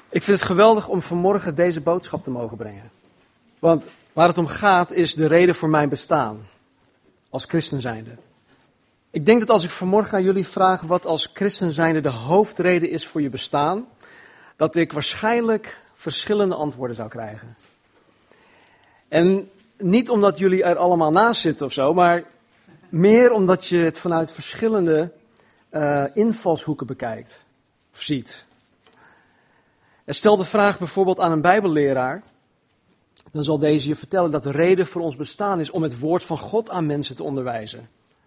Ik vind het geweldig om vanmorgen deze boodschap te mogen brengen. Want waar het om gaat is de reden voor mijn bestaan. Als christen zijnde. Ik denk dat als ik vanmorgen aan jullie vraag wat als christen zijnde de hoofdreden is voor je bestaan, dat ik waarschijnlijk verschillende antwoorden zou krijgen. En niet omdat jullie er allemaal naast zitten of zo, maar meer omdat je het vanuit verschillende invalshoeken bekijkt of ziet. En stel de vraag bijvoorbeeld aan een bijbelleraar, dan zal deze je vertellen dat de reden voor ons bestaan is om het woord van God aan mensen te onderwijzen.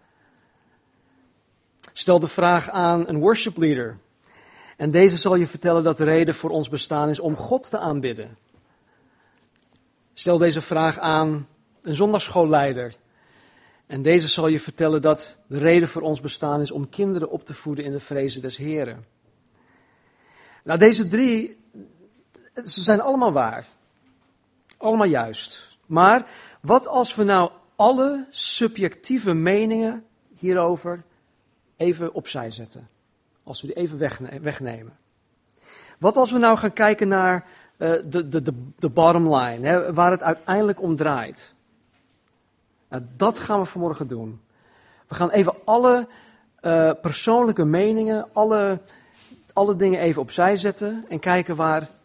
Stel de vraag aan een worship leader en deze zal je vertellen dat de reden voor ons bestaan is om God te aanbidden. Stel deze vraag aan een zondagschoolleider en deze zal je vertellen dat de reden voor ons bestaan is om kinderen op te voeden in de vrezen des Heren. Nou, deze drie, ze zijn allemaal waar. Allemaal juist. Maar wat als we nou alle subjectieve meningen hierover even opzij zetten? Als we die even wegnemen. Wat als we nou gaan kijken naar de bottom line, hè, waar het uiteindelijk om draait? Nou, dat gaan we vanmorgen doen. We gaan even alle persoonlijke meningen, alle dingen even opzij zetten en kijken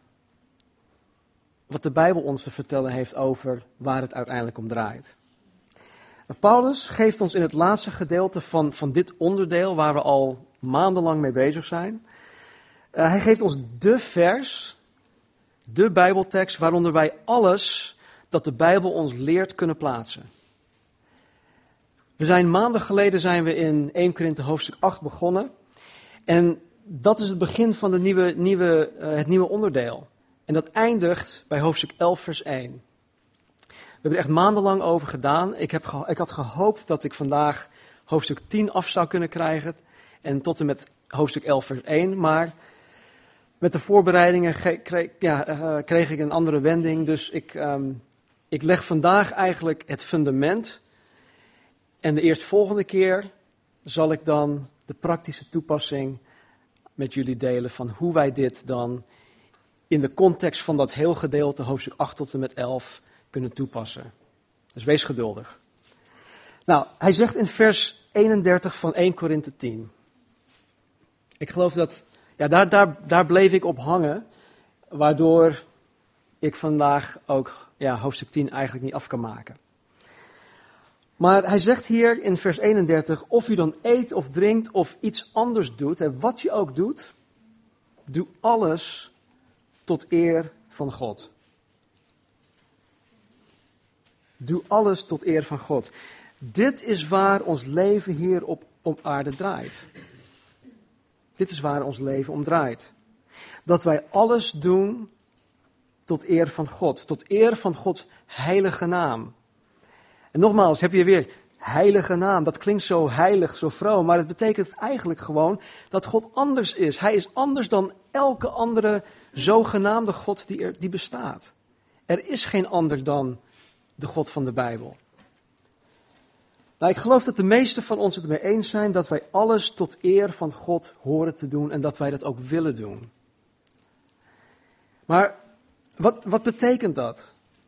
wat de Bijbel ons te vertellen heeft over waar het uiteindelijk om draait. Paulus geeft ons in het laatste gedeelte van dit onderdeel, waar we al maandenlang mee bezig zijn, hij geeft ons de vers, de Bijbeltekst, waaronder wij alles dat de Bijbel ons leert kunnen plaatsen. Maanden geleden in 1 Korinthe hoofdstuk 8 begonnen en dat is het begin van het nieuwe onderdeel. En dat eindigt bij hoofdstuk 11 vers 1. We hebben er echt maandenlang over gedaan. Ik had gehoopt dat ik vandaag hoofdstuk 10 af zou kunnen krijgen. En tot en met hoofdstuk 11 vers 1. Maar met de voorbereidingen kreeg ik een andere wending. Dus ik leg vandaag eigenlijk het fundament. En de eerstvolgende keer zal ik dan de praktische toepassing met jullie delen van hoe wij dit dan in de context van dat heel gedeelte, hoofdstuk 8 tot en met 11, kunnen toepassen. Dus wees geduldig. Nou, hij zegt in vers 31 van 1 Korinthe 10. Ik geloof dat, daar bleef ik op hangen, waardoor ik vandaag ook hoofdstuk 10 eigenlijk niet af kan maken. Maar hij zegt hier in vers 31, of u dan eet of drinkt of iets anders doet, en wat je ook doet, doe alles tot eer van God. Doe alles tot eer van God. Dit is waar ons leven hier op aarde draait. Dit is waar ons leven om draait. Dat wij alles doen tot eer van God. Tot eer van Gods heilige naam. En nogmaals, heb je weer heilige naam. Dat klinkt zo heilig, zo vroom. Maar het betekent eigenlijk gewoon dat God anders is. Hij is anders dan elke andere zogenaamde God die bestaat. Er is geen ander dan de God van de Bijbel. Nou, ik geloof dat de meesten van ons het ermee eens zijn dat wij alles tot eer van God horen te doen en dat wij dat ook willen doen. Maar wat betekent dat?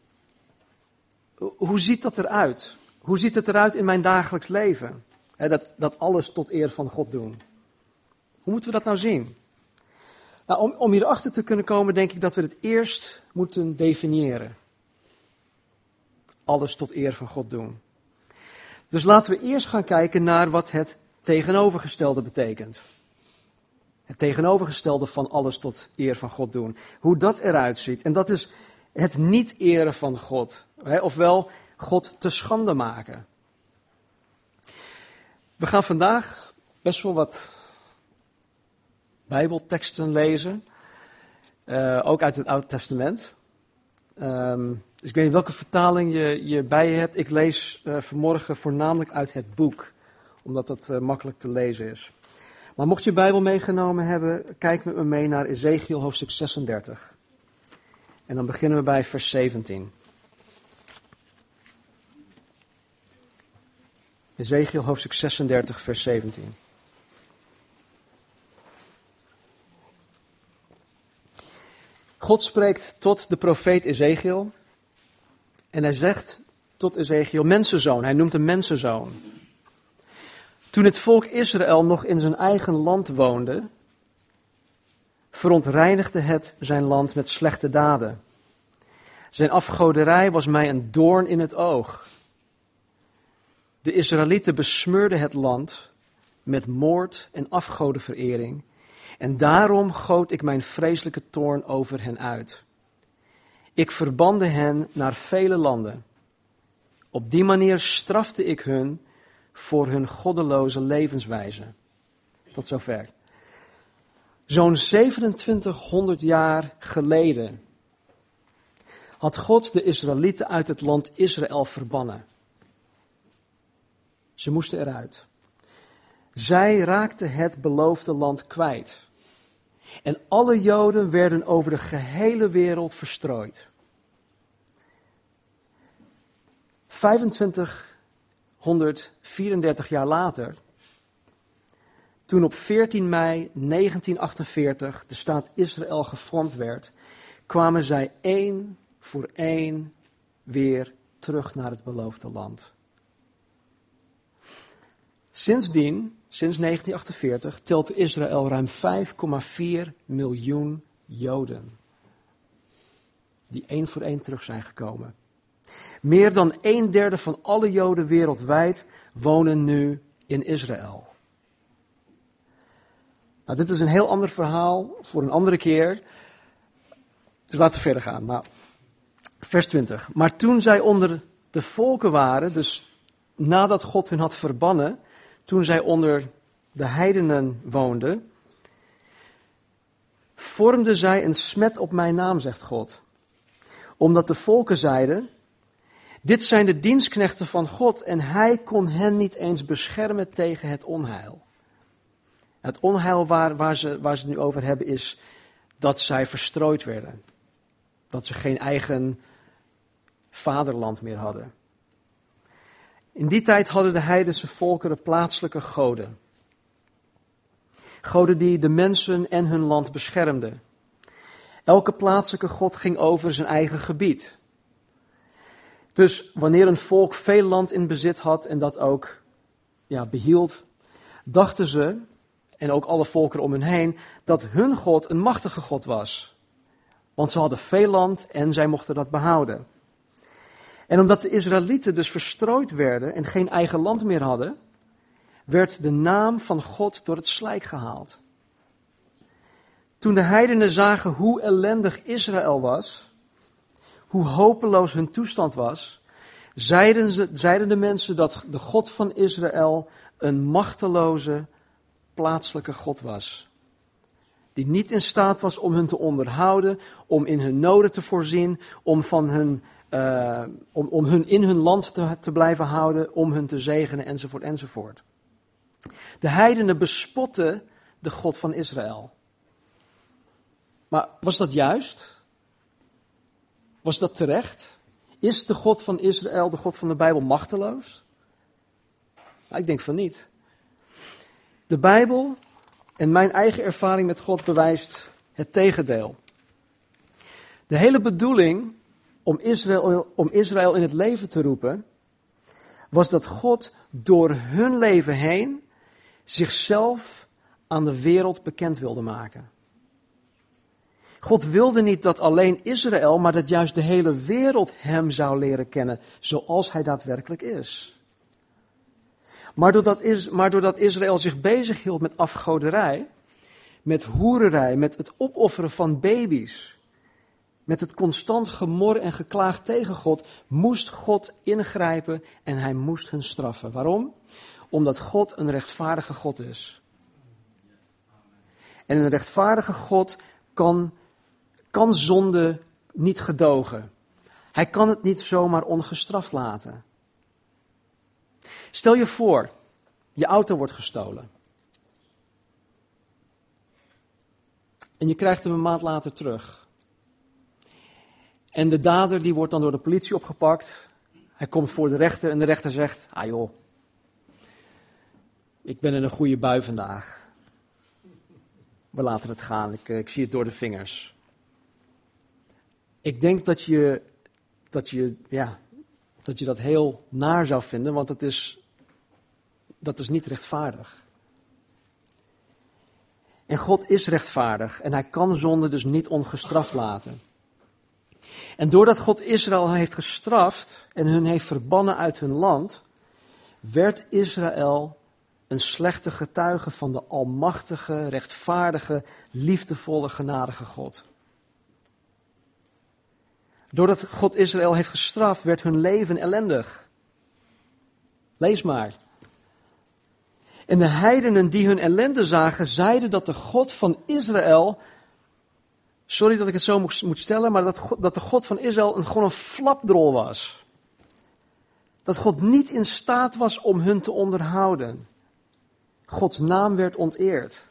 Hoe ziet dat eruit? Hoe ziet het eruit in mijn dagelijks leven? Dat alles tot eer van God doen. Hoe moeten we dat nou zien? Nou, om hierachter te kunnen komen, denk ik dat we het eerst moeten definiëren. Alles tot eer van God doen. Dus laten we eerst gaan kijken naar wat het tegenovergestelde betekent. Het tegenovergestelde van alles tot eer van God doen. Hoe dat eruit ziet. En dat is het niet eren van God. Ofwel, God te schande maken. We gaan vandaag best wel wat Bijbelteksten lezen. Ook uit het Oude Testament. Dus ik weet niet welke vertaling je bij je hebt. Ik lees vanmorgen voornamelijk uit het boek. Omdat dat makkelijk te lezen is. Maar mocht je Bijbel meegenomen hebben, kijk met me mee naar Ezekiel hoofdstuk 36. En dan beginnen we bij vers 17. Ezekiel hoofdstuk 36 vers 17. God spreekt tot de profeet Ezekiel. En hij zegt tot Ezekiel, mensenzoon. Hij noemt hem mensenzoon. Toen het volk Israël nog in zijn eigen land woonde, verontreinigde het zijn land met slechte daden. Zijn afgoderij was mij een doorn in het oog. De Israëlieten besmeurden het land met moord en afgodenverering. En daarom goot ik mijn vreselijke toorn over hen uit. Ik verbande hen naar vele landen. Op die manier strafte ik hun voor hun goddeloze levenswijze. Tot zover. Zo'n 2700 jaar geleden had God de Israëlieten uit het land Israël verbannen. Ze moesten eruit. Zij raakten het beloofde land kwijt. En alle Joden werden over de gehele wereld verstrooid. 2534 jaar later, toen op 14 mei 1948 de staat Israël gevormd werd, kwamen zij één voor één weer terug naar het beloofde land. Sindsdien, sinds 1948, telt Israël ruim 5,4 miljoen Joden. Die één voor één terug zijn gekomen. Meer dan 1/3 van alle Joden wereldwijd wonen nu in Israël. Nou, dit is een heel ander verhaal voor een andere keer. Dus laten we verder gaan. Nou, vers 20. Maar toen zij onder de volken waren, dus nadat God hun had verbannen, toen zij onder de heidenen woonden, vormden zij een smet op mijn naam, zegt God. Omdat de volken zeiden, dit zijn de dienstknechten van God en hij kon hen niet eens beschermen tegen het onheil. Het onheil waar ze het nu over hebben is dat zij verstrooid werden. Dat ze geen eigen vaderland meer hadden. In die tijd hadden de heidense volkeren plaatselijke goden. Goden die de mensen en hun land beschermden. Elke plaatselijke god ging over zijn eigen gebied. Dus wanneer een volk veel land in bezit had en dat ook behield, dachten ze, en ook alle volkeren om hen heen, dat hun God een machtige God was. Want ze hadden veel land en zij mochten dat behouden. En omdat de Israëlieten dus verstrooid werden en geen eigen land meer hadden, werd de naam van God door het slijk gehaald. Toen de heidenen zagen hoe ellendig Israël was, hoe hopeloos hun toestand was, zeiden de mensen dat de God van Israël een machteloze plaatselijke God was. Die niet in staat was om hun te onderhouden, om in hun noden te voorzien, om hun in hun land te blijven houden, om hun te zegenen, enzovoort, enzovoort. De heidenen bespotten de God van Israël. Maar was dat juist? Was dat terecht? Is de God van Israël, de God van de Bijbel, machteloos? Nou, ik denk van niet. De Bijbel en mijn eigen ervaring met God bewijst het tegendeel. De hele bedoeling om Israël in het leven te roepen, was dat God door hun leven heen zichzelf aan de wereld bekend wilde maken. God wilde niet dat alleen Israël, maar dat juist de hele wereld hem zou leren kennen, zoals hij daadwerkelijk is. Maar doordat Israël zich bezighield met afgoderij, met hoererij, met het opofferen van baby's, met het constant gemor en geklaag tegen God, moest God ingrijpen en hij moest hen straffen. Waarom? Omdat God een rechtvaardige God is. En een rechtvaardige God kan zonde niet gedogen. Hij kan het niet zomaar ongestraft laten. Stel je voor, je auto wordt gestolen. En je krijgt hem een maand later terug. En de dader die wordt dan door de politie opgepakt. Hij komt voor de rechter en de rechter zegt, ah joh, ik ben in een goede bui vandaag. We laten het gaan, ik zie het door de vingers. Ik denk dat je dat heel naar zou vinden, want dat is niet rechtvaardig. En God is rechtvaardig en hij kan zonde dus niet ongestraft laten. En doordat God Israël heeft gestraft en hun heeft verbannen uit hun land, werd Israël een slechte getuige van de almachtige, rechtvaardige, liefdevolle, genadige God. Doordat God Israël heeft gestraft, werd hun leven ellendig. Lees maar. En de heidenen die hun ellende zagen, zeiden dat de God van Israël, sorry dat ik het zo moet stellen, maar dat de God van Israël gewoon een flapdrol was. Dat God niet in staat was om hun te onderhouden. Gods naam werd onteerd.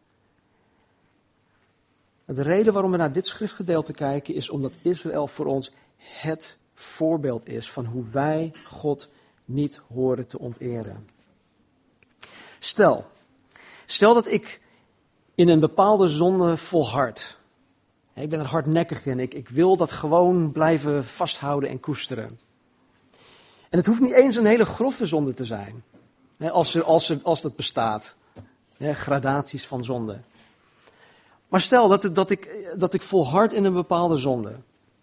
De reden waarom we naar dit schriftgedeelte kijken is omdat Israël voor ons het voorbeeld is van hoe wij God niet horen te onteren. Stel dat ik in een bepaalde zonde volhard. Ik ben er hardnekkig in. Ik wil dat gewoon blijven vasthouden en koesteren. En het hoeft niet eens een hele grove zonde te zijn. Als dat bestaat. Gradaties van zonde. Maar stel dat ik volhard in een bepaalde zonde.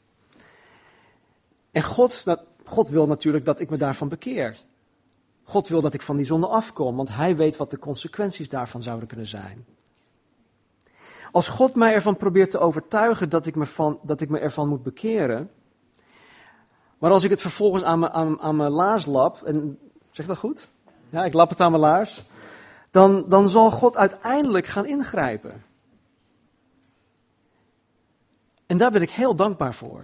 En God wil natuurlijk dat ik me daarvan bekeer. God wil dat ik van die zonde afkom, want hij weet wat de consequenties daarvan zouden kunnen zijn. Als God mij ervan probeert te overtuigen dat ik me ervan moet bekeren, maar als ik het vervolgens aan mijn laars lap, en zeg dat goed? Ja, ik lap het aan mijn laars, dan zal God uiteindelijk gaan ingrijpen. En daar ben ik heel dankbaar voor.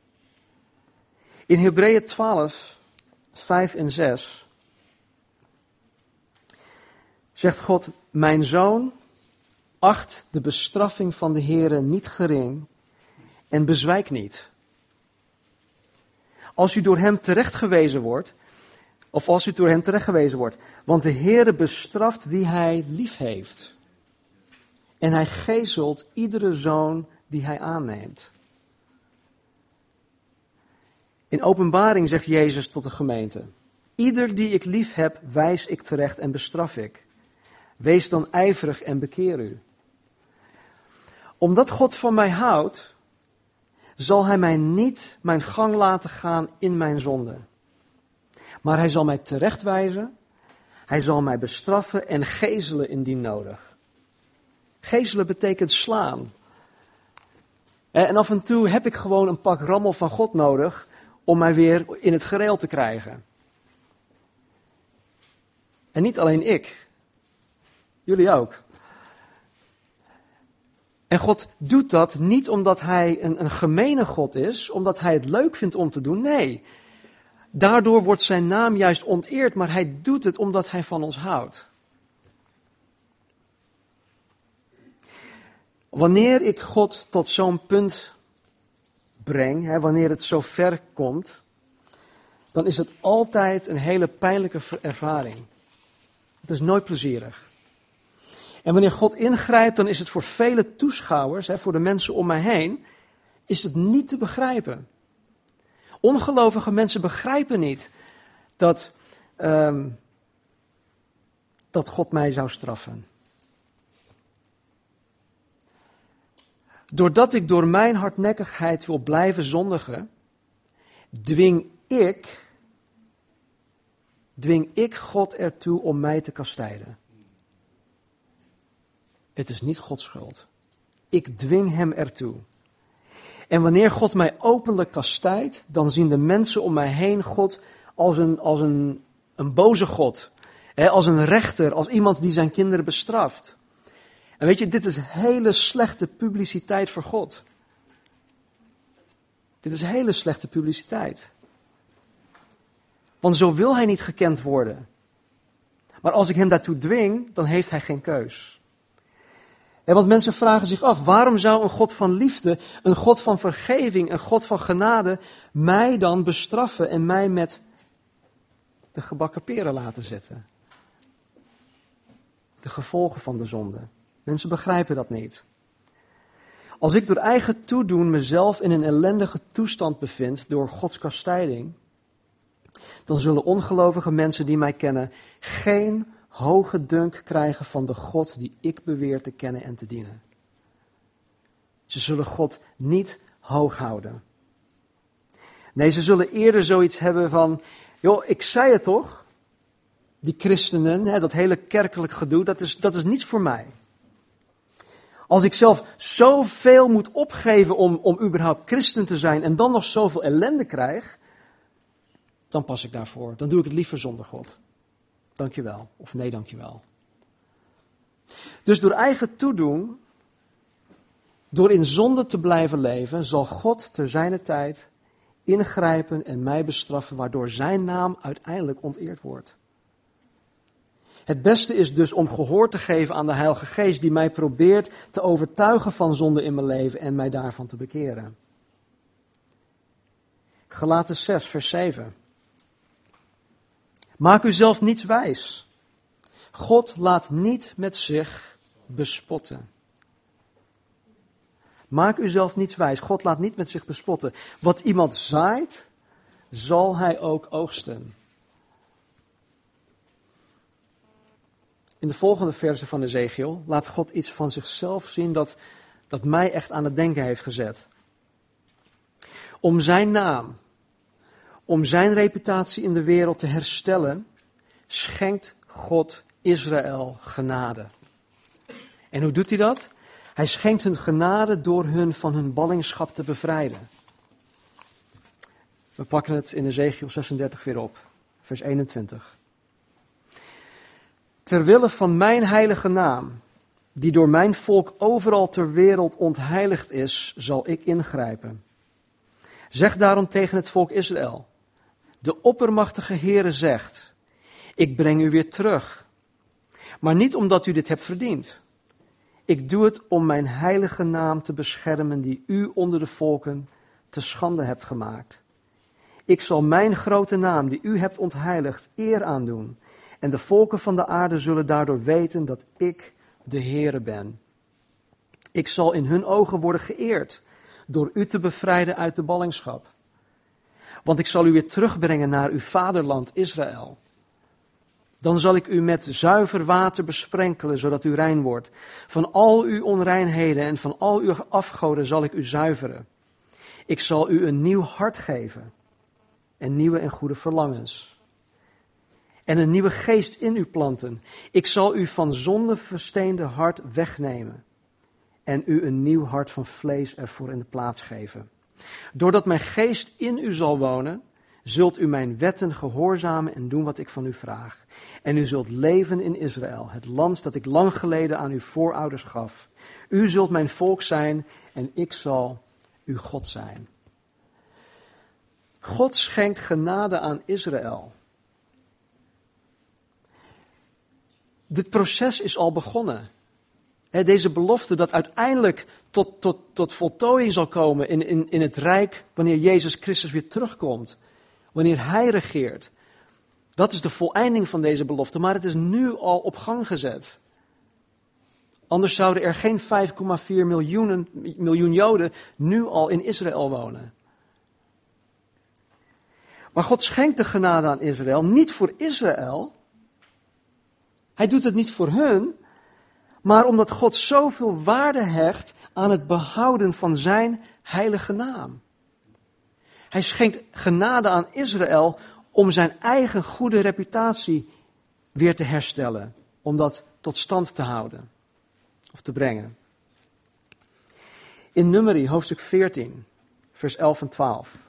In Hebreeën 12, 5 en 6 zegt God: mijn zoon, acht de bestraffing van de Heere niet gering en bezwijk niet. Als u door hem terechtgewezen wordt, want de Heere bestraft wie hij lief heeft. En hij geeselt iedere zoon die hij aanneemt. In Openbaring zegt Jezus tot de gemeente: ieder die ik lief heb, wijs ik terecht en bestraf ik. Wees dan ijverig en bekeer u. Omdat God van mij houdt, zal hij mij niet mijn gang laten gaan in mijn zonde. Maar hij zal mij terechtwijzen, hij zal mij bestraffen en gezelen indien nodig. Gezelen betekent slaan. En af en toe heb ik gewoon een pak rammel van God nodig om mij weer in het gereel te krijgen. En niet alleen ik. Jullie ook. En God doet dat niet omdat hij een gemene God is, omdat hij het leuk vindt om te doen. Nee, daardoor wordt zijn naam juist onteerd, maar hij doet het omdat hij van ons houdt. Wanneer ik God tot zo'n punt breng, wanneer het zo ver komt, dan is het altijd een hele pijnlijke ervaring. Het is nooit plezierig. En wanneer God ingrijpt, dan is het voor vele toeschouwers, voor de mensen om mij heen, is het niet te begrijpen. Ongelovige mensen begrijpen niet dat God mij zou straffen. Doordat ik door mijn hardnekkigheid wil blijven zondigen, dwing ik God ertoe om mij te kastijden. Het is niet Gods schuld. Ik dwing hem ertoe. En wanneer God mij openlijk kastijdt, dan zien de mensen om mij heen God als een boze God. Als een rechter, als iemand die zijn kinderen bestraft. En weet je, dit is hele slechte publiciteit voor God. Dit is hele slechte publiciteit. Want zo wil hij niet gekend worden. Maar als ik hem daartoe dwing, dan heeft hij geen keus. En want mensen vragen zich af, waarom zou een God van liefde, een God van vergeving, een God van genade mij dan bestraffen en mij met de gebakken peren laten zetten? De gevolgen van de zonde. Mensen begrijpen dat niet. Als ik door eigen toedoen mezelf in een ellendige toestand bevind door Gods kastijding, dan zullen ongelovige mensen die mij kennen geen hoge dunk krijgen van de God die ik beweer te kennen en te dienen. Ze zullen God niet hoog houden. Nee, ze zullen eerder zoiets hebben van, joh, ik zei het toch, die christenen, dat hele kerkelijk gedoe, dat is niets voor mij. Als ik zelf zoveel moet opgeven om überhaupt christen te zijn en dan nog zoveel ellende krijg, dan pas ik daarvoor. Dan doe ik het liever zonder God. Dankjewel. Of nee, dankjewel. Dus door eigen toedoen, door in zonde te blijven leven, zal God ter zijner tijd ingrijpen en mij bestraffen, waardoor zijn naam uiteindelijk onteerd wordt. Het beste is dus om gehoor te geven aan de Heilige Geest die mij probeert te overtuigen van zonde in mijn leven en mij daarvan te bekeren. Galaten 6, vers 7. Maak u zelf niets wijs. God laat niet met zich bespotten. Maak u zelf niets wijs. God laat niet met zich bespotten. Wat iemand zaait, zal hij ook oogsten. In de volgende verse van Ezekiel laat God iets van zichzelf zien dat mij echt aan het denken heeft gezet. Om zijn naam, om zijn reputatie in de wereld te herstellen, schenkt God Israël genade. En hoe doet hij dat? Hij schenkt hun genade door hun van hun ballingschap te bevrijden. We pakken het in Ezekiel 36 weer op, vers 21. Terwille van mijn heilige naam, die door mijn volk overal ter wereld ontheiligd is, zal ik ingrijpen. Zeg daarom tegen het volk Israël, de oppermachtige Heere zegt, ik breng u weer terug, maar niet omdat u dit hebt verdiend. Ik doe het om mijn heilige naam te beschermen die u onder de volken te schande hebt gemaakt. Ik zal mijn grote naam die u hebt ontheiligd eer aandoen. En de volken van de aarde zullen daardoor weten dat ik de Heere ben. Ik zal in hun ogen worden geëerd door u te bevrijden uit de ballingschap. Want ik zal u weer terugbrengen naar uw vaderland Israël. Dan zal ik u met zuiver water besprenkelen, zodat u rein wordt. Van al uw onreinheden en van al uw afgoden zal ik u zuiveren. Ik zal u een nieuw hart geven en nieuwe en goede verlangens. En een nieuwe geest in u planten. Ik zal u van zonde versteende hart wegnemen. En u een nieuw hart van vlees ervoor in de plaats geven. Doordat mijn geest in u zal wonen, zult u mijn wetten gehoorzamen en doen wat ik van u vraag. En u zult leven in Israël, het land dat ik lang geleden aan uw voorouders gaf. U zult mijn volk zijn en ik zal uw God zijn. God schenkt genade aan Israël. Dit proces is al begonnen. Deze belofte dat uiteindelijk tot voltooiing zal komen in het rijk wanneer Jezus Christus weer terugkomt. Wanneer Hij regeert. Dat is de voleinding van deze belofte, maar het is nu al op gang gezet. Anders zouden er geen 5,4 miljoen Joden nu al in Israël wonen. Maar God schenkt de genade aan Israël, niet voor Israël. Hij doet het niet voor hun, maar omdat God zoveel waarde hecht aan het behouden van zijn heilige naam. Hij schenkt genade aan Israël om zijn eigen goede reputatie weer te herstellen. Om dat tot stand te houden of te brengen. In Numeri, hoofdstuk 14, vers 11 en 12.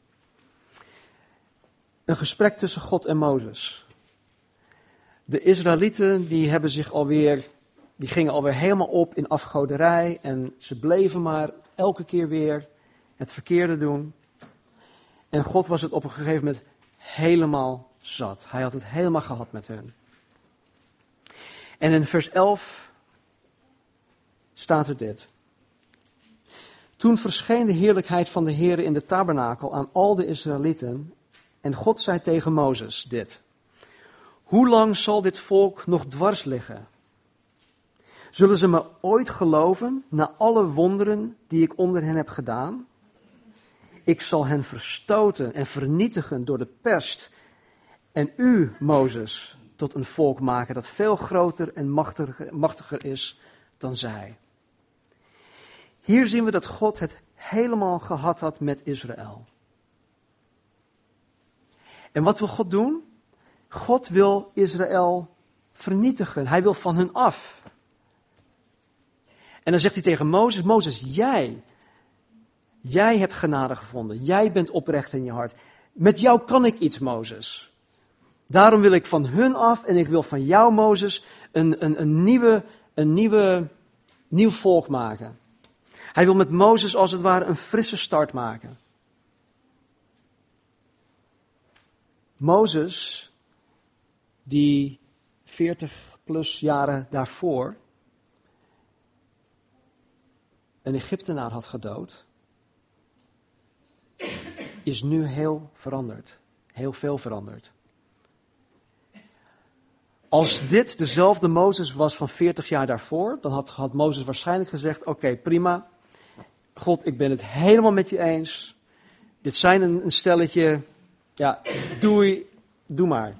Een gesprek tussen God en Mozes. De Israëlieten die gingen alweer helemaal op in afgoderij en ze bleven maar elke keer weer het verkeerde doen. En God was het op een gegeven moment helemaal zat. Hij had het helemaal gehad met hen. En in vers 11 staat er dit. Toen verscheen de heerlijkheid van de Heere in de tabernakel aan al de Israëlieten. En God zei tegen Mozes dit. Hoe lang zal dit volk nog dwars liggen? Zullen ze me ooit geloven na alle wonderen die ik onder hen heb gedaan? Ik zal hen verstoten en vernietigen door de pest en u, Mozes, tot een volk maken dat veel groter en machtiger is dan zij. Hier zien we dat God het helemaal gehad had met Israël. En wat wil God doen? God wil Israël vernietigen. Hij wil van hun af. En dan zegt hij tegen Mozes, Mozes, jij hebt genade gevonden. Jij bent oprecht in je hart. Met jou kan ik iets, Mozes. Daarom wil ik van hun af en ik wil van jou, Mozes, een nieuw volk maken. Hij wil met Mozes als het ware een frisse start maken. Mozes, die 40 plus jaren daarvoor een Egyptenaar had gedood, is nu heel veranderd. Heel veel veranderd. Als dit dezelfde Mozes was van 40 jaar daarvoor, dan had Mozes waarschijnlijk gezegd, oké, prima. God, ik ben het helemaal met je eens. Dit zijn een stelletje, ja, doe maar.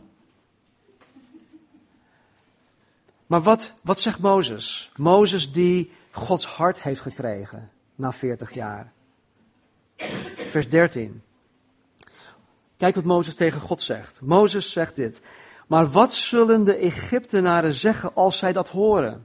Maar wat zegt Mozes? Mozes die Gods hart heeft gekregen na 40 jaar. Vers 13. Kijk wat Mozes tegen God zegt. Mozes zegt dit. Maar wat zullen de Egyptenaren zeggen als zij dat horen?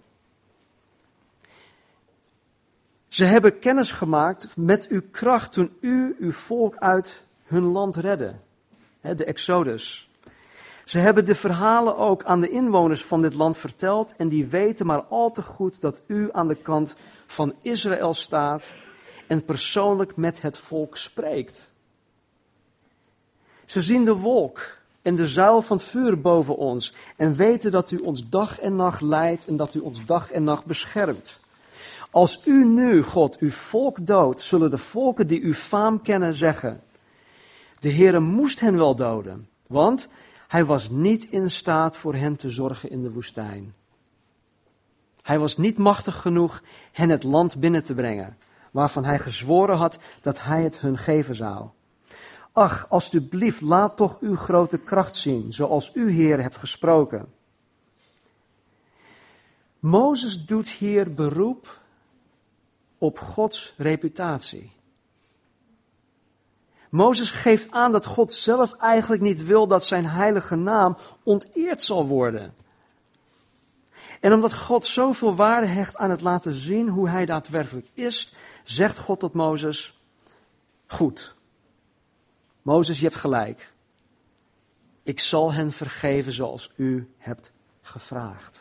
Ze hebben kennis gemaakt met uw kracht toen u uw volk uit hun land redde. De Exodus. Ze hebben de verhalen ook aan de inwoners van dit land verteld en die weten maar al te goed dat u aan de kant van Israël staat en persoonlijk met het volk spreekt. Ze zien de wolk en de zuil van vuur boven ons en weten dat u ons dag en nacht leidt en dat u ons dag en nacht beschermt. Als u nu, God, uw volk doodt, zullen de volken die uw faam kennen zeggen, de Heere moest hen wel doden, want hij was niet in staat voor hen te zorgen in de woestijn. Hij was niet machtig genoeg hen het land binnen te brengen, waarvan hij gezworen had dat hij het hun geven zou. Ach, alstublieft, laat toch uw grote kracht zien, zoals u, Heer, hebt gesproken. Mozes doet hier beroep op Gods reputatie. Mozes geeft aan dat God zelf eigenlijk niet wil dat zijn heilige naam onteerd zal worden. En omdat God zoveel waarde hecht aan het laten zien hoe hij daadwerkelijk is, zegt God tot Mozes, goed, Mozes, je hebt gelijk. Ik zal hen vergeven zoals u hebt gevraagd.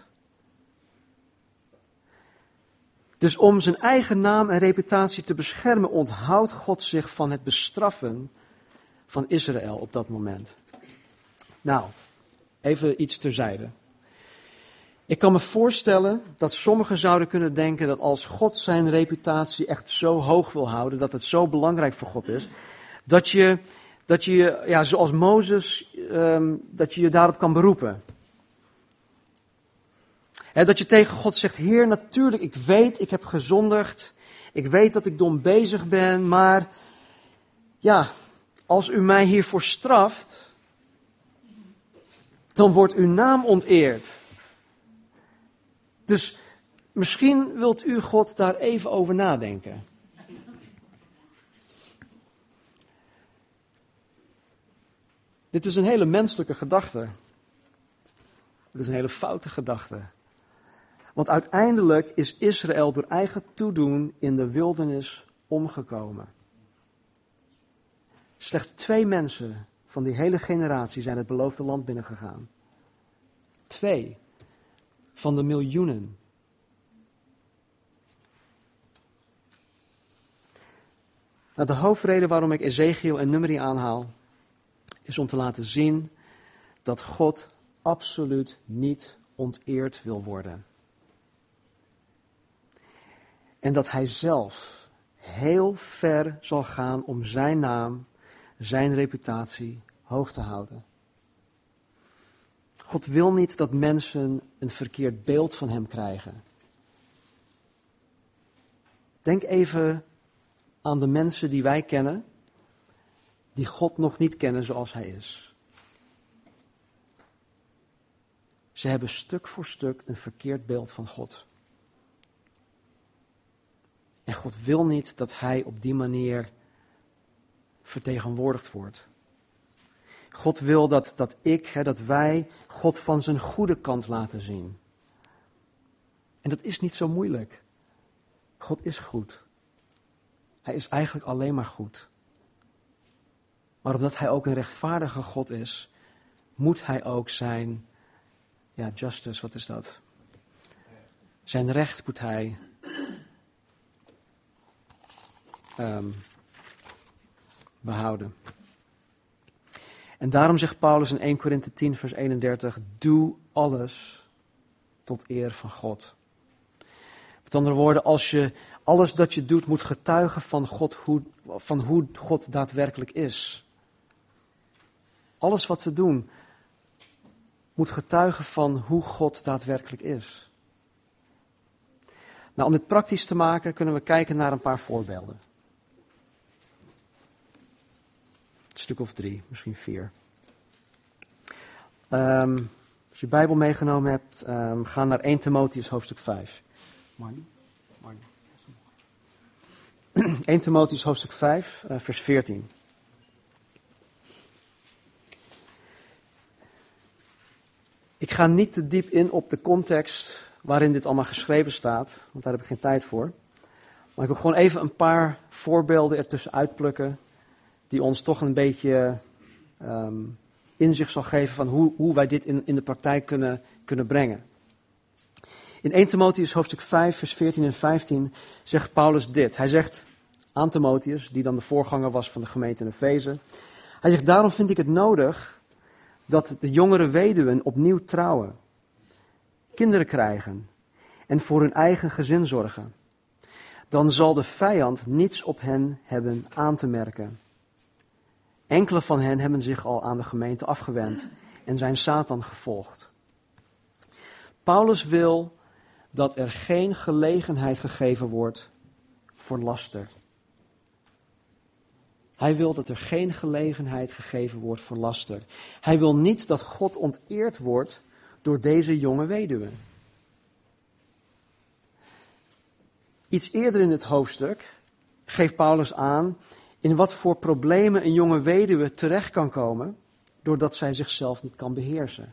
Dus om zijn eigen naam en reputatie te beschermen, onthoudt God zich van het bestraffen van Israël op dat moment. Nou, even iets terzijde. Ik kan me voorstellen dat sommigen zouden kunnen denken dat als God zijn reputatie echt zo hoog wil houden, dat het zo belangrijk voor God is, dat je ja, zoals Mozes, dat je je daarop kan beroepen. Dat je tegen God zegt, Heer, natuurlijk, ik weet, ik heb gezondigd. Ik weet dat ik dom bezig ben, maar ja, als u mij hiervoor straft, dan wordt uw naam onteerd. Dus misschien wilt u God daar even over nadenken. Dit is een hele menselijke gedachte. Het is een hele foute gedachte. Want uiteindelijk is Israël door eigen toedoen in de wildernis omgekomen. Slechts 2 mensen van die hele generatie zijn het beloofde land binnengegaan. 2 van de miljoenen. Nou, de hoofdreden waarom ik Ezekiel en Numeri aanhaal, is om te laten zien dat God absoluut niet onteerd wil worden. En dat hij zelf heel ver zal gaan om zijn naam, zijn reputatie hoog te houden. God wil niet dat mensen een verkeerd beeld van hem krijgen. Denk even aan de mensen die wij kennen, die God nog niet kennen zoals Hij is. Ze hebben stuk voor stuk een verkeerd beeld van God. En God wil niet dat Hij op die manier vertegenwoordigd wordt. God wil dat wij God van zijn goede kant laten zien. En dat is niet zo moeilijk. God is goed. Hij is eigenlijk alleen maar goed. Maar omdat Hij ook een rechtvaardige God is, moet Hij ook zijn, justice, wat is dat? Zijn recht moet Hij behouden. En daarom zegt Paulus in 1 Korinthe 10 vers 31, doe alles tot eer van God. Met andere woorden, alles dat je doet moet getuigen van hoe God daadwerkelijk is. Alles wat we doen moet getuigen van hoe God daadwerkelijk is. Nou, om dit praktisch te maken kunnen we kijken naar een paar voorbeelden. Een stuk of 3, misschien 4. Als je Bijbel meegenomen hebt, ga naar 1 Timotheüs hoofdstuk 5. 1 Timotheüs hoofdstuk 5, vers 14. Ik ga niet te diep in op de context waarin dit allemaal geschreven staat, want daar heb ik geen tijd voor. Maar ik wil gewoon even een paar voorbeelden ertussen uitplukken, die ons toch een beetje inzicht zal geven van hoe wij dit in de praktijk kunnen brengen. In 1 Timotheüs hoofdstuk 5, vers 14 en 15 zegt Paulus dit. Hij zegt aan Timotheüs, die dan de voorganger was van de gemeente in Efeze. Hij zegt, daarom vind ik het nodig dat de jongere weduwen opnieuw trouwen, kinderen krijgen en voor hun eigen gezin zorgen. Dan zal de vijand niets op hen hebben aan te merken. Enkele van hen hebben zich al aan de gemeente afgewend en zijn Satan gevolgd. Paulus wil dat er geen gelegenheid gegeven wordt voor laster. Hij wil dat er geen gelegenheid gegeven wordt voor laster. Hij wil niet dat God onteerd wordt door deze jonge weduwe. Iets eerder in het hoofdstuk geeft Paulus aan in wat voor problemen een jonge weduwe terecht kan komen doordat zij zichzelf niet kan beheersen.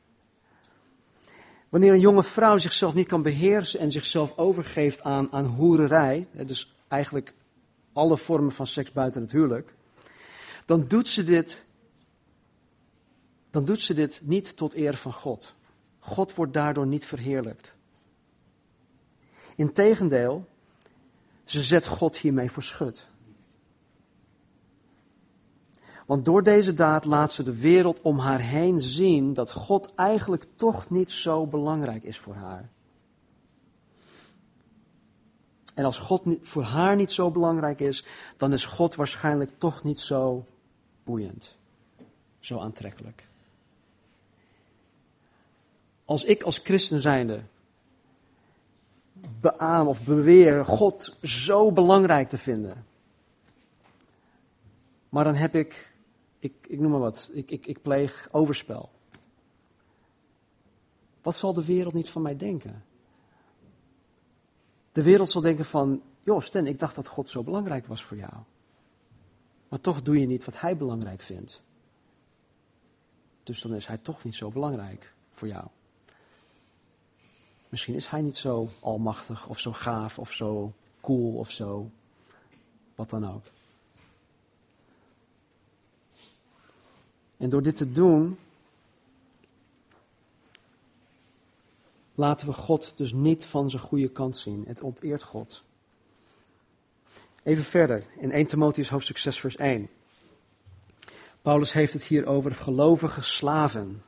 Wanneer een jonge vrouw zichzelf niet kan beheersen en zichzelf overgeeft aan hoererij, dus eigenlijk alle vormen van seks buiten het huwelijk, dan doet ze dit niet tot eer van God. God wordt daardoor niet verheerlijkt. Integendeel, ze zet God hiermee voor schut. Want door deze daad laat ze de wereld om haar heen zien dat God eigenlijk toch niet zo belangrijk is voor haar. En als God voor haar niet zo belangrijk is, dan is God waarschijnlijk toch niet zo boeiend, zo aantrekkelijk. Als ik als christen zijnde beaam of beweer God zo belangrijk te vinden, maar dan heb ik noem maar wat, ik pleeg overspel. Wat zal de wereld niet van mij denken? De wereld zal denken van, joh Sten, ik dacht dat God zo belangrijk was voor jou. Maar toch doe je niet wat hij belangrijk vindt. Dus dan is hij toch niet zo belangrijk voor jou. Misschien is hij niet zo almachtig of zo gaaf of zo cool of zo. Wat dan ook. En door dit te doen, laten we God dus niet van zijn goede kant zien. Het onteert God. Even verder, in 1 Timotheüs hoofdstuk 6 vers 1. Paulus heeft het hier over gelovige slaven.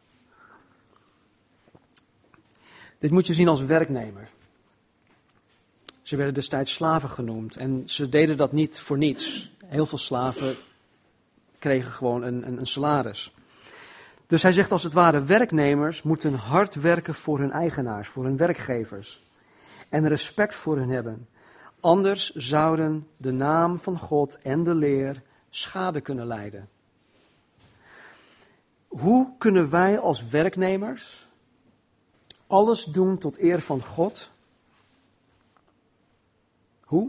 Dit moet je zien als werknemer. Ze werden destijds slaven genoemd en ze deden dat niet voor niets. Heel veel slaven kregen gewoon een salaris. Dus hij zegt als het ware, werknemers moeten hard werken voor hun eigenaars, voor hun werkgevers. En respect voor hen hebben. Anders zouden de naam van God en de leer schade kunnen lijden. Hoe kunnen wij als werknemers alles doen tot eer van God? Hoe?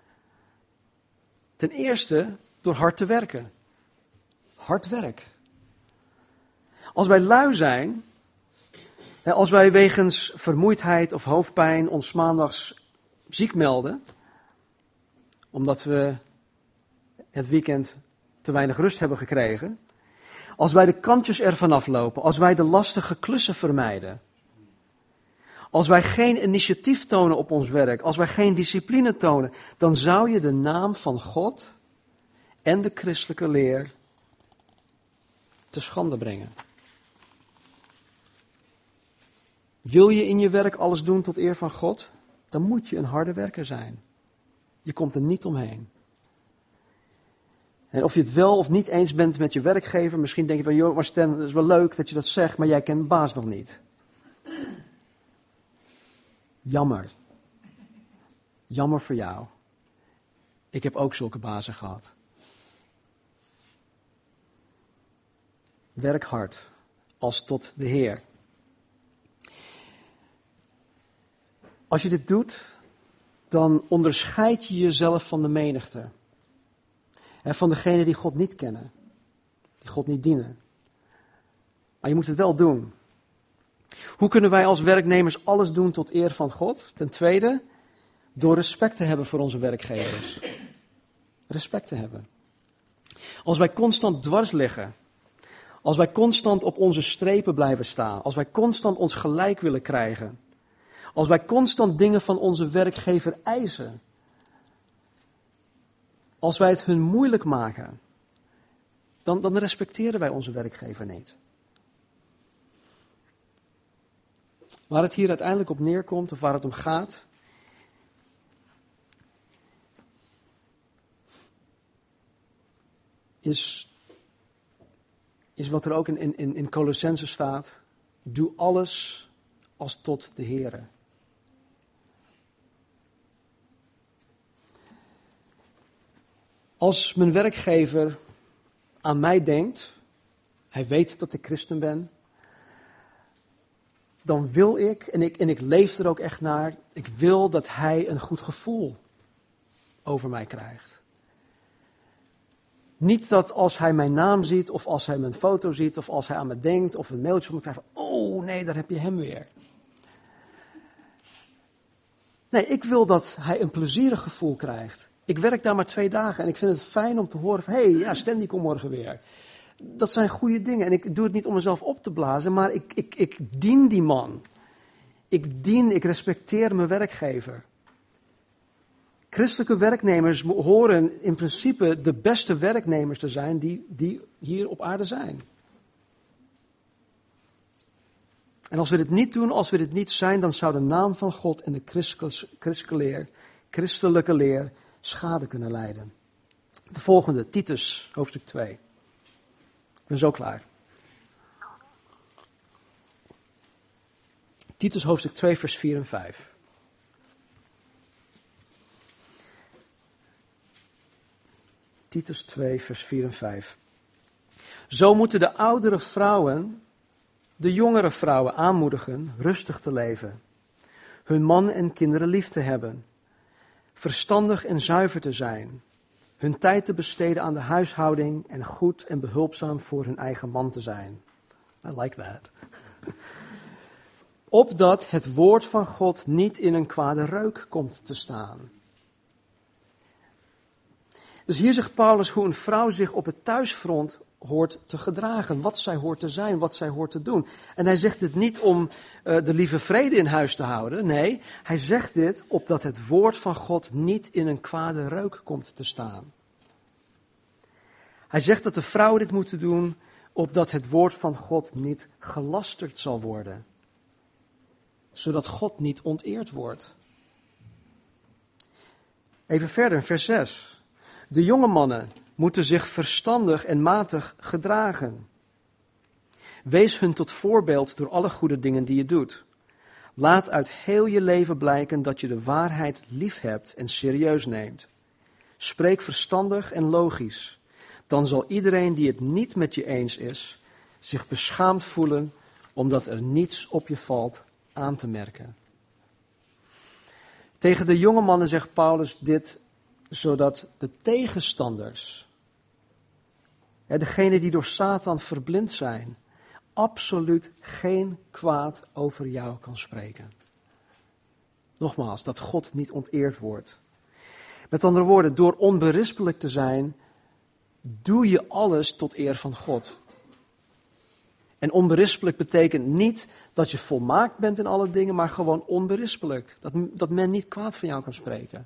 Ten eerste door hard te werken. Hard werk. Als wij lui zijn, als wij wegens vermoeidheid of hoofdpijn ons maandags ziek melden, omdat we het weekend te weinig rust hebben gekregen, als wij de kantjes ervan aflopen, als wij de lastige klussen vermijden, als wij geen initiatief tonen op ons werk, als wij geen discipline tonen, dan zou je de naam van God en de christelijke leer te schande brengen. Wil je in je werk alles doen tot eer van God? Dan moet je een harde werker zijn. Je komt er niet omheen. En of je het wel of niet eens bent met je werkgever, misschien denk je van, joh, maar Stan, het is wel leuk dat je dat zegt, maar jij kent de baas nog niet. Jammer. Jammer voor jou. Ik heb ook zulke bazen gehad. Werk hard, als tot de Heer. Als je dit doet, dan onderscheid je jezelf van de menigte. En van degenen die God niet kennen, die God niet dienen. Maar je moet het wel doen. Hoe kunnen wij als werknemers alles doen tot eer van God? Ten tweede, door respect te hebben voor onze werkgevers. Respect te hebben. Als wij constant dwars liggen, als wij constant op onze strepen blijven staan, als wij constant ons gelijk willen krijgen, als wij constant dingen van onze werkgever eisen, als wij het hun moeilijk maken, dan respecteren wij onze werkgever niet. Waar het hier uiteindelijk op neerkomt, of waar het om gaat, is wat er ook in Colossense staat. Doe alles als tot de Heere. Als mijn werkgever aan mij denkt, hij weet dat ik christen ben, dan wil ik, en ik leef er ook echt naar, ik wil dat hij een goed gevoel over mij krijgt. Niet dat als hij mijn naam ziet, of als hij mijn foto ziet, of als hij aan me denkt, of een mailtje van me krijgt van, oh nee, daar heb je hem weer. Nee, ik wil dat hij een plezierig gevoel krijgt. Ik werk daar maar 2 dagen en ik vind het fijn om te horen van, hé, ja, Stan die komt morgen weer. Dat zijn goede dingen en ik doe het niet om mezelf op te blazen, maar ik dien die man. Ik respecteer mijn werkgever. Christelijke werknemers horen in principe de beste werknemers te zijn die hier op aarde zijn. En als we dit niet doen, als we dit niet zijn, dan zou de naam van God en de christelijke leer schade kunnen lijden. De volgende, Titus, hoofdstuk 2. Ik ben zo klaar. Titus, hoofdstuk 2, vers 4 en 5. Titus 2, vers 4 en 5. Zo moeten de oudere vrouwen de jongere vrouwen aanmoedigen rustig te leven, hun man en kinderen lief te hebben, verstandig en zuiver te zijn, hun tijd te besteden aan de huishouding en goed en behulpzaam voor hun eigen man te zijn. I like that. Opdat het woord van God niet in een kwade reuk komt te staan. Dus hier zegt Paulus hoe een vrouw zich op het thuisfront hoort te gedragen, wat zij hoort te zijn, wat zij hoort te doen. En hij zegt dit niet om de lieve vrede in huis te houden, nee, hij zegt dit opdat het woord van God niet in een kwade reuk komt te staan. Hij zegt dat de vrouwen dit moeten doen, opdat het woord van God niet gelasterd zal worden, zodat God niet onteerd wordt. Even verder, vers 6. De jonge mannen moeten zich verstandig en matig gedragen. Wees hun tot voorbeeld door alle goede dingen die je doet. Laat uit heel je leven blijken dat je de waarheid lief hebt en serieus neemt. Spreek verstandig en logisch. Dan zal iedereen die het niet met je eens is, zich beschaamd voelen omdat er niets op je valt aan te merken. Tegen de jonge mannen zegt Paulus dit, zodat de tegenstanders, degenen die door Satan verblind zijn, absoluut geen kwaad over jou kan spreken. Nogmaals, dat God niet onteerd wordt. Met andere woorden, door onberispelijk te zijn, doe je alles tot eer van God. En onberispelijk betekent niet dat je volmaakt bent in alle dingen, maar gewoon onberispelijk. Dat men niet kwaad van jou kan spreken.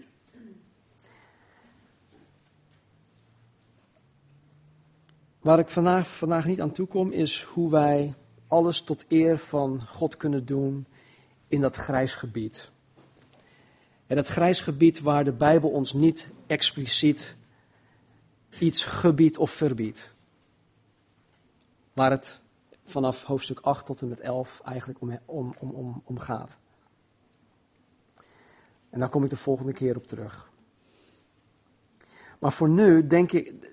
Waar ik vandaag niet aan toe kom, is hoe wij alles tot eer van God kunnen doen in dat grijs gebied. En dat grijs gebied waar de Bijbel ons niet expliciet iets gebiedt of verbiedt. Waar het vanaf hoofdstuk 8 tot en met 11 eigenlijk om gaat. En daar kom ik de volgende keer op terug. Maar voor nu denk ik,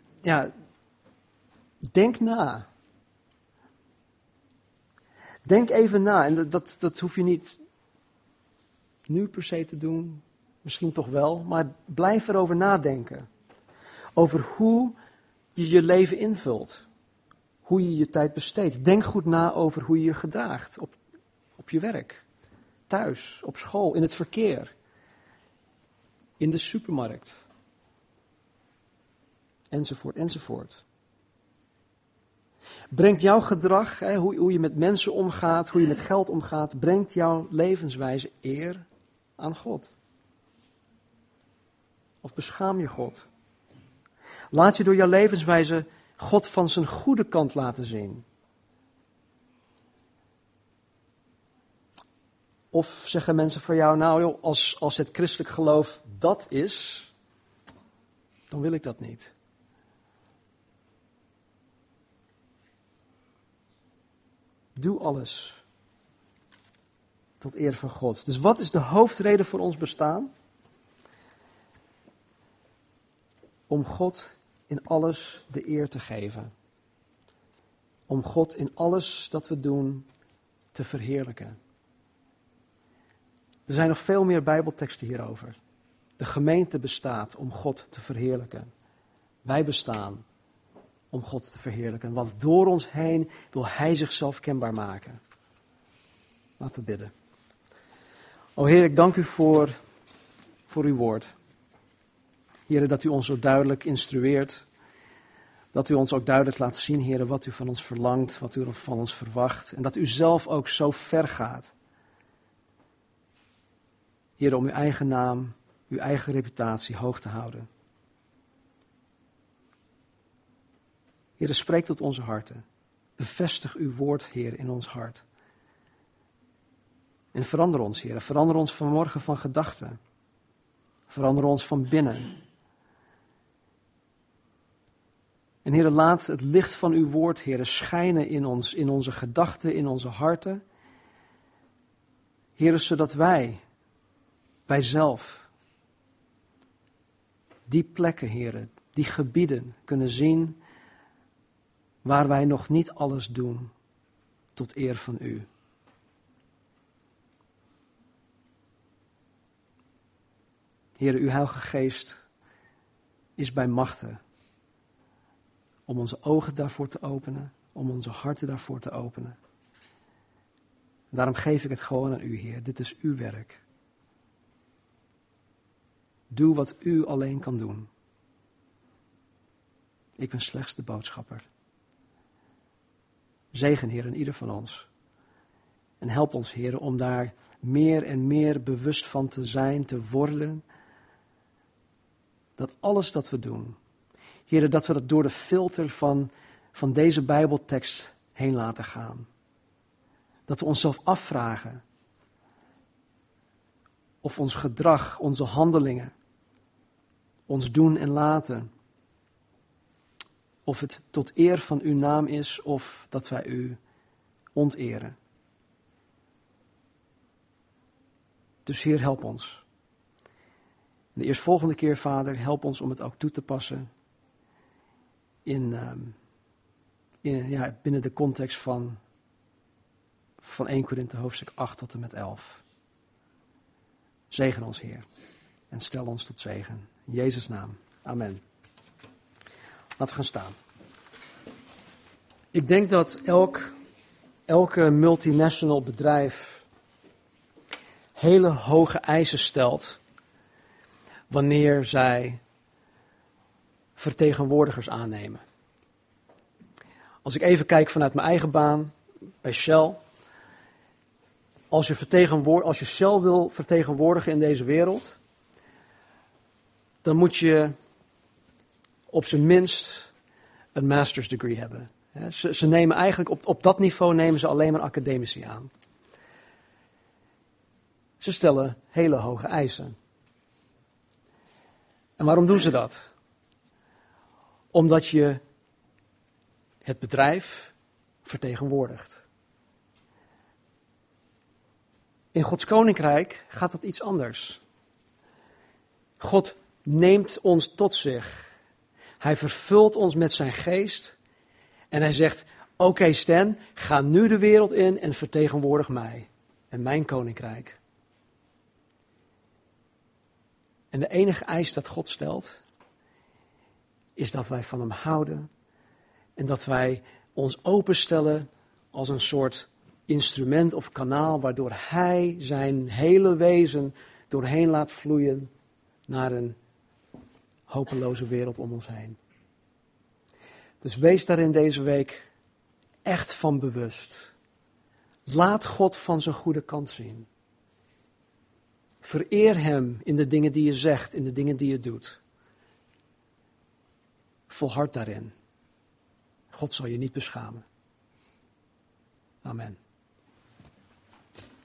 denk na. Denk even na. En dat hoef je niet nu per se te doen. Misschien toch wel. Maar blijf erover nadenken. Over hoe je je leven invult. Hoe je je tijd besteedt. Denk goed na over hoe je je gedraagt. Op je werk. Thuis. Op school. In het verkeer. In de supermarkt. Enzovoort, enzovoort. Brengt jouw gedrag, hoe je met mensen omgaat, hoe je met geld omgaat, brengt jouw levenswijze eer aan God? Of beschaam je God? Laat je door jouw levenswijze God van zijn goede kant laten zien? Of zeggen mensen van jou, nou joh, als het christelijk geloof dat is, dan wil ik dat niet. Doe alles tot eer van God. Dus wat is de hoofdreden voor ons bestaan? Om God in alles de eer te geven. Om God in alles dat we doen te verheerlijken. Er zijn nog veel meer Bijbelteksten hierover. De gemeente bestaat om God te verheerlijken. Wij bestaan om God te verheerlijken. Want door ons heen wil Hij zichzelf kenbaar maken. Laten we bidden. O Heer, ik dank u voor uw woord. Heer, dat u ons zo duidelijk instrueert. Dat u ons ook duidelijk laat zien, Heer, wat u van ons verlangt, wat u van ons verwacht. En dat u zelf ook zo ver gaat. Heer, om uw eigen naam, uw eigen reputatie hoog te houden. Heer, spreek tot onze harten. Bevestig uw woord, Heer, in ons hart. En verander ons, Heer. Verander ons vanmorgen van gedachten. Verander ons van binnen. En Heer, laat het licht van uw woord, Heer, schijnen in ons, in onze gedachten, in onze harten. Heer, zodat wij zelf die plekken, Heer, die gebieden kunnen zien waar wij nog niet alles doen tot eer van u. Heer, uw Heilige Geest is bij machten om onze ogen daarvoor te openen, om onze harten daarvoor te openen. Daarom geef ik het gewoon aan u, Heer. Dit is uw werk. Doe wat u alleen kan doen. Ik ben slechts de boodschapper. Zegen, Heer, in ieder van ons. En help ons, Heer, om daar meer en meer bewust van te zijn, te worden. Dat alles dat we doen, Heer, dat we dat door de filter van deze Bijbeltekst heen laten gaan. Dat we onszelf afvragen of ons gedrag, onze handelingen, ons doen en laten, of het tot eer van uw naam is of dat wij u onteren. Dus Heer, help ons. De eerstvolgende keer, Vader, help ons om het ook toe te passen binnen de context van 1 Korinthe hoofdstuk 8 tot en met 11. Zegen ons, Heer. En stel ons tot zegen. In Jezus' naam. Amen. Laten we gaan staan. Ik denk dat elke multinational bedrijf hele hoge eisen stelt wanneer zij vertegenwoordigers aannemen. Als ik even kijk vanuit mijn eigen baan bij Shell. Als je Shell wil vertegenwoordigen in deze wereld, dan moet je op zijn minst een master's degree hebben. Ze nemen eigenlijk op dat niveau nemen ze alleen maar academici aan. Ze stellen hele hoge eisen. En waarom doen ze dat? Omdat je het bedrijf vertegenwoordigt. In Gods koninkrijk gaat dat iets anders. God neemt ons tot zich. Hij vervult ons met zijn geest. En hij zegt, oké Stan, ga nu de wereld in en vertegenwoordig mij. En mijn koninkrijk. En de enige eis dat God stelt, is dat wij van hem houden. En dat wij ons openstellen als een soort instrument of kanaal waardoor hij zijn hele wezen doorheen laat vloeien naar een hopeloze wereld om ons heen. Dus wees daarin deze week echt van bewust. Laat God van zijn goede kant zien. Vereer hem in de dingen die je zegt, in de dingen die je doet. Volhard daarin. God zal je niet beschamen. Amen.